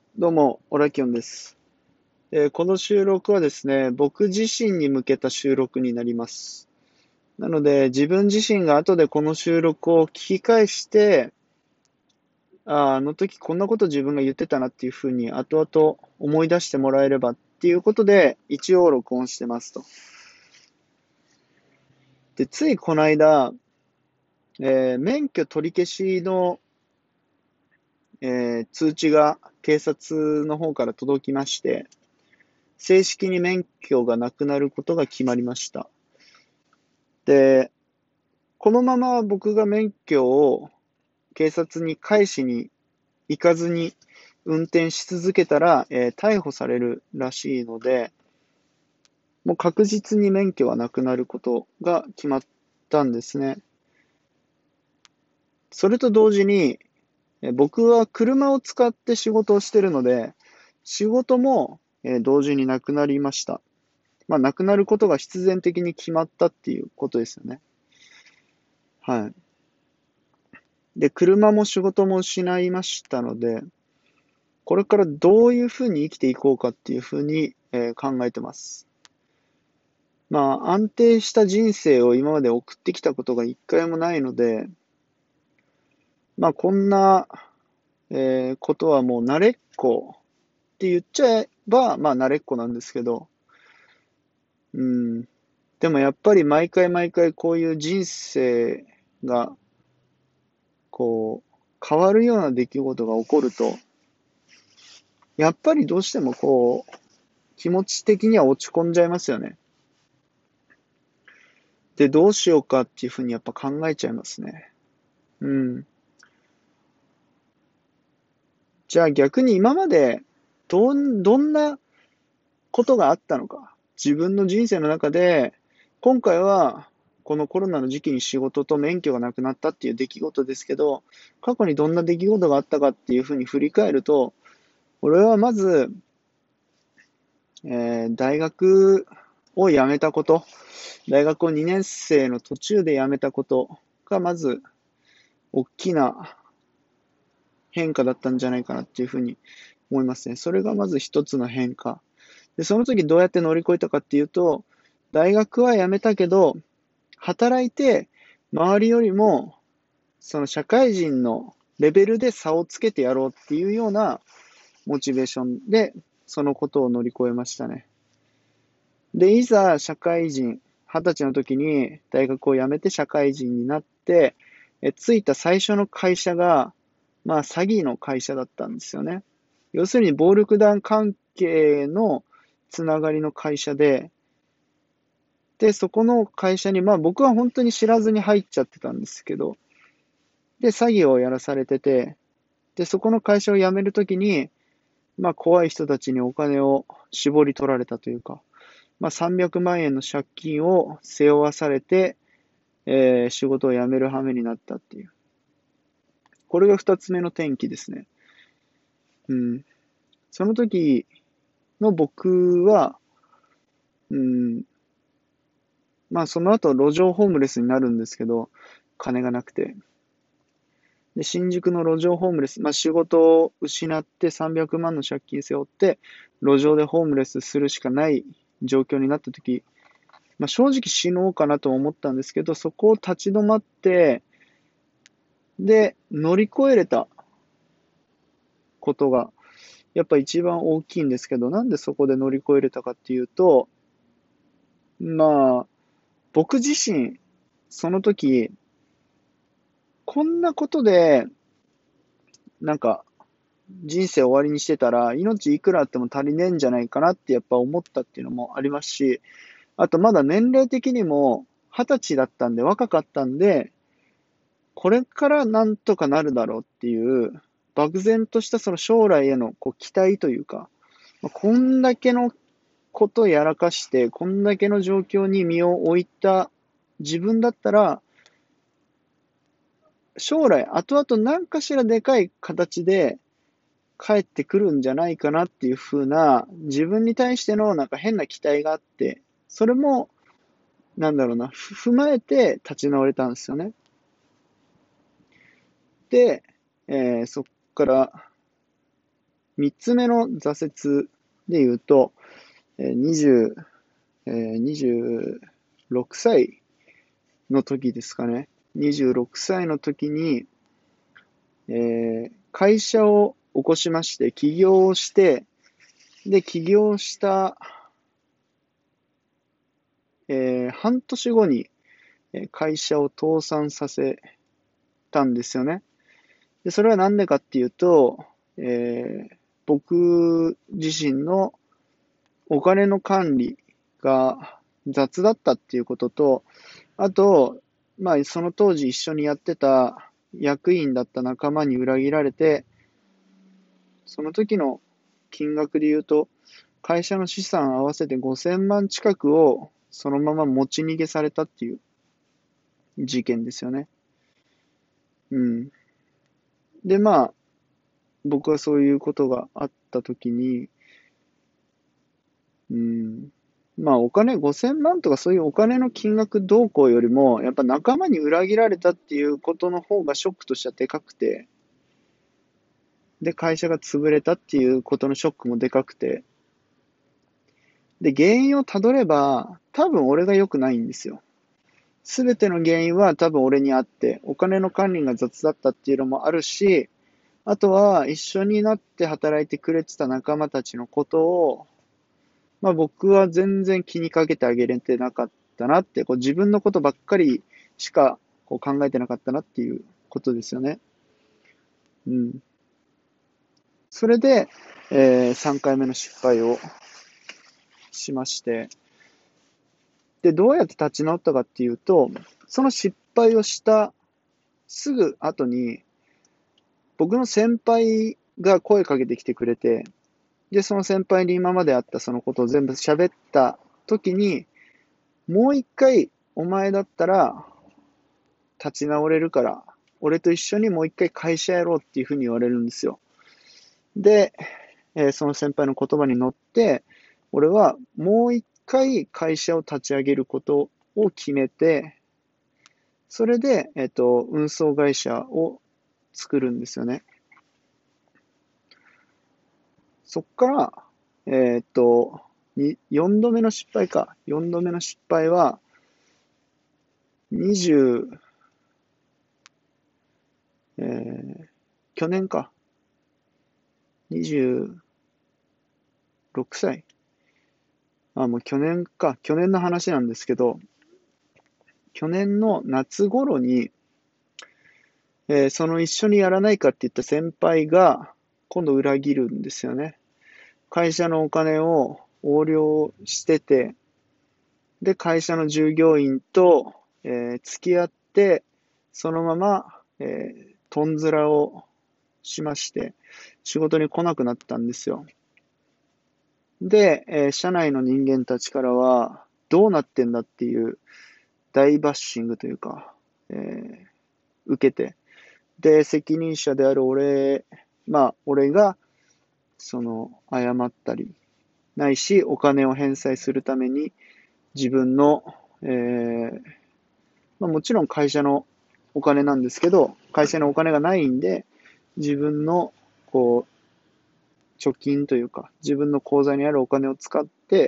どうも、オラキオンです。この収録はですね、僕自身に向けた収録になります。なので、自分自身が後でこの収録を聞き返して、あの時こんなこと自分が言ってたなっていうふうに後々思い出してもらえればっていうことで、一応録音してますと。で、ついこの間、免許取り消しの、通知が警察の方から届きまして、正式に免許がなくなることが決まりました。で、このまま僕が免許を警察に返しに行かずに運転し続けたら、逮捕されるらしいので、もう確実に免許はなくなることが決まったんですね。それと同時に、僕は車を使って仕事をしているので、仕事も、同時になくなりました。まあ、なくなることが必然的に決まったっていうことですよね。はい。で、車も仕事も失いましたので、これからどういうふうに生きていこうかっていうふうに、考えてます。まあ、安定した人生を今まで送ってきたことが一回もないので、まあ、こんな、ことはもう慣れっこって言っちゃえば、まあ、慣れっこなんですけど、うん。でもやっぱり毎回毎回こういう人生が、こう、変わるような出来事が起こると、やっぱりどうしてもこう、気持ち的には落ち込んじゃいますよね。で、どうしようかっていうふうにやっぱ考えちゃいますね。うん。じゃあ逆に今までどんなことがあったのか。自分の人生の中で、今回はこのコロナの時期に仕事と免許がなくなったっていう出来事ですけど、過去にどんな出来事があったかっていうふうに振り返ると、俺はまず、大学を辞めたこと、大学を2年生の途中で辞めたことがまず大きな変化だったんじゃないかなっていうふうに思いますね。それがまず一つの変化。で、その時どうやって乗り越えたかっていうと、大学は辞めたけど、働いて周りよりもその社会人のレベルで差をつけてやろうっていうようなモチベーションでそのことを乗り越えましたね。で、いざ社会人、20歳の時に大学を辞めて社会人になって、着いた最初の会社が、まあ詐欺の会社だったんですよね。要するに暴力団関係のつながりの会社で、で、そこの会社に、まあ僕は本当に知らずに入っちゃってたんですけど、で、詐欺をやらされてて、で、そこの会社を辞めるときに、まあ怖い人たちにお金を絞り取られたというか、まあ300万円の借金を背負わされて、仕事を辞める羽目になったっていう。これが二つ目の転機ですね。うん。その時の僕は、うん、まあその後路上ホームレスになるんですけど、金がなくて。で、新宿の路上ホームレス、まあ仕事を失って300万の借金背負って、路上でホームレスするしかない状況になった時、まあ正直死のうかなと思ったんですけど、そこを立ち止まって、で、乗り越えれたことが、やっぱ一番大きいんですけど、なんでそこで乗り越えれたかっていうと、まあ、僕自身、その時、こんなことで、なんか、人生終わりにしてたら、命いくらあっても足りねえんじゃないかなってやっぱ思ったっていうのもありますし、あとまだ年齢的にも20歳だったんで若かったんで、これからなんとかなるだろうっていう、漠然としたその将来へのこう期待というか、こんだけのことをやらかして、こんだけの状況に身を置いた自分だったら、将来、後々何かしらでかい形で帰ってくるんじゃないかなっていう風な、自分に対してのなんか変な期待があって、それも、なんだろうな、踏まえて立ち直れたんですよね。で、そっから、 3つ目の挫折で言うと、26歳の時ですかね。26歳の時に、会社を起こしまして、起業をして、で、起業した、半年後に会社を倒産させたんですよね。で、それはなんでかっていうと、僕自身のお金の管理が雑だったっていうことと、あと、まあ、その当時一緒にやってた役員だった仲間に裏切られて、その時の金額で言うと、会社の資産合わせて5000万近くをそのまま持ち逃げされたっていう事件ですよね。うん。で、まあ、僕はそういうことがあった時に、うん。まあ、お金5000万とかそういうお金の金額どうこうよりも、やっぱ仲間に裏切られたっていうことの方がショックとしてはでかくて、で、会社が潰れたっていうことのショックもでかくて、で、原因をたどれば、多分俺が良くないんですよ。すべての原因は多分俺にあって、お金の管理が雑だったっていうのもあるし、あとは一緒になって働いてくれてた仲間たちのことを、まあ僕は全然気にかけてあげれてなかったなって、こう自分のことばっかりしかこう考えてなかったなっていうことですよね。うん。それで、3回目の失敗をしまして、で、どうやって立ち直ったかっていうと、その失敗をしたすぐ後に、僕の先輩が声かけてきてくれて、で、その先輩に今まであったそのことを全部喋った時に、もう一回、お前だったら立ち直れるから、俺と一緒にもう一回会社やろうっていうふうに言われるんですよ。で、その先輩の言葉に乗って、俺はもう一回会社を立ち上げることを決めて、それで、運送会社を作るんですよね。そっから、4度目の失敗か。4度目の失敗は、20、えー去年か。26歳。もう去年か。去年の話なんですけど、去年の夏頃に、その一緒にやらないかって言った先輩が、今度裏切るんですよね。会社のお金を横領してて、で、会社の従業員と、付き合って、そのまま、とんずらをしまして、仕事に来なくなったんですよ。で、社内の人間たちからは、どうなってんだっていう大バッシングというか、受けて、で、責任者である俺が、謝ったり、ないし、お金を返済するために、自分の、もちろん会社のお金なんですけど、会社のお金がないんで、自分の、こ貯金というか、自分の口座にあるお金を使って、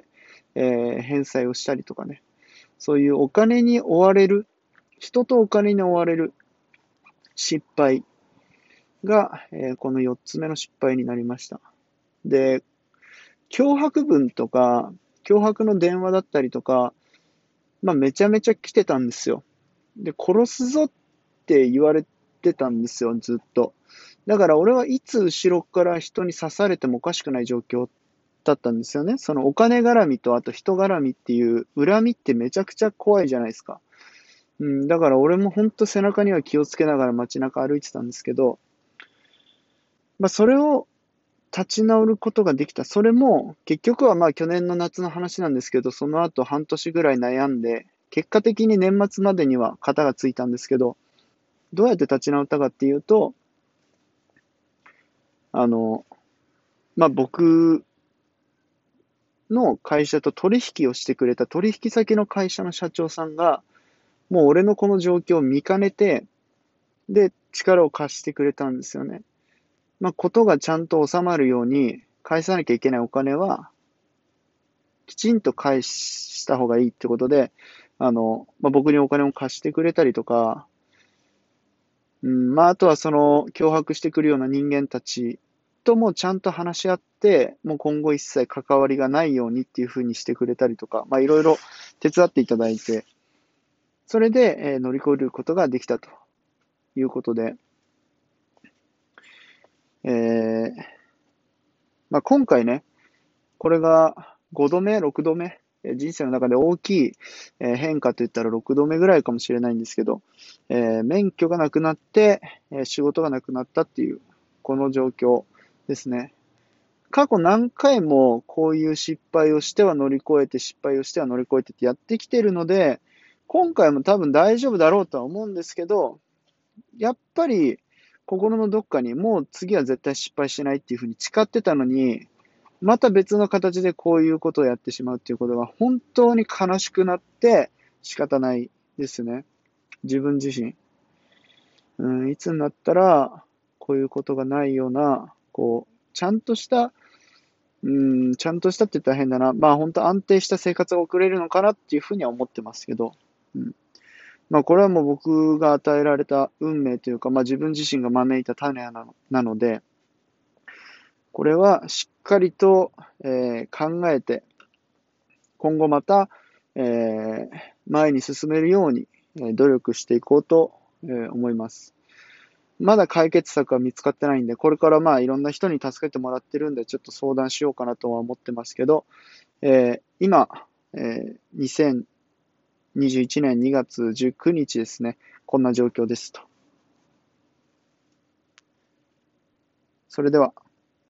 返済をしたりとかね。そういうお金に追われる、人とお金に追われる失敗が、この4つ目の失敗になりました。で、脅迫文とか、脅迫の電話だったりとか、めちゃめちゃ来てたんですよ。で、殺すぞって言われてたんですよ、ずっと。だから俺はいつ後ろから人に刺されてもおかしくない状況だったんですよね。そのお金絡みとあと人絡みっていう恨みってめちゃくちゃ怖いじゃないですか。うん、だから俺も本当背中には気をつけながら街中歩いてたんですけど、それを立ち直ることができた。それも結局は去年の夏の話なんですけど、その後半年ぐらい悩んで、結果的に年末までには型がついたんですけど、どうやって立ち直ったかっていうと、僕の会社と取引をしてくれた取引先の会社の社長さんが、もう俺のこの状況を見かねて、で、力を貸してくれたんですよね。 ことがちゃんと収まるように、返さなきゃいけないお金は、きちんと返した方がいいってことで、僕にお金を貸してくれたりとか、あとは脅迫してくるような人間たちともちゃんと話し合って、もう今後一切関わりがないようにっていうふうにしてくれたりとか、いろいろ手伝っていただいて、それで、乗り越えることができたということで、えー今回ね、これが5度目、6度目、人生の中で大きい変化といったら6度目ぐらいかもしれないんですけど、免許がなくなって、仕事がなくなったっていう、この状況ですね。過去何回もこういう失敗をしては乗り越えて、失敗をしては乗り越えてってやってきてるので、今回も多分大丈夫だろうとは思うんですけど、やっぱり心のどっかにもう次は絶対失敗しないっていうふうに誓ってたのに、また別の形でこういうことをやってしまうっていうことが本当に悲しくなって仕方ないですね。自分自身。いつになったらこういうことがないような、ちゃんとした、ちゃんとしたって言ったら変だな。本当安定した生活が送れるのかなっていうふうには思ってますけど。これはもう僕が与えられた運命というか、自分自身が招いた種なので、これはしっかりと、考えて、今後また、前に進めるように、努力していこうと、思います。まだ解決策は見つかってないんで、これからいろんな人に助けてもらってるんで、ちょっと相談しようかなとは思ってますけど、今、2021年2月19日ですね、こんな状況ですと。それでは。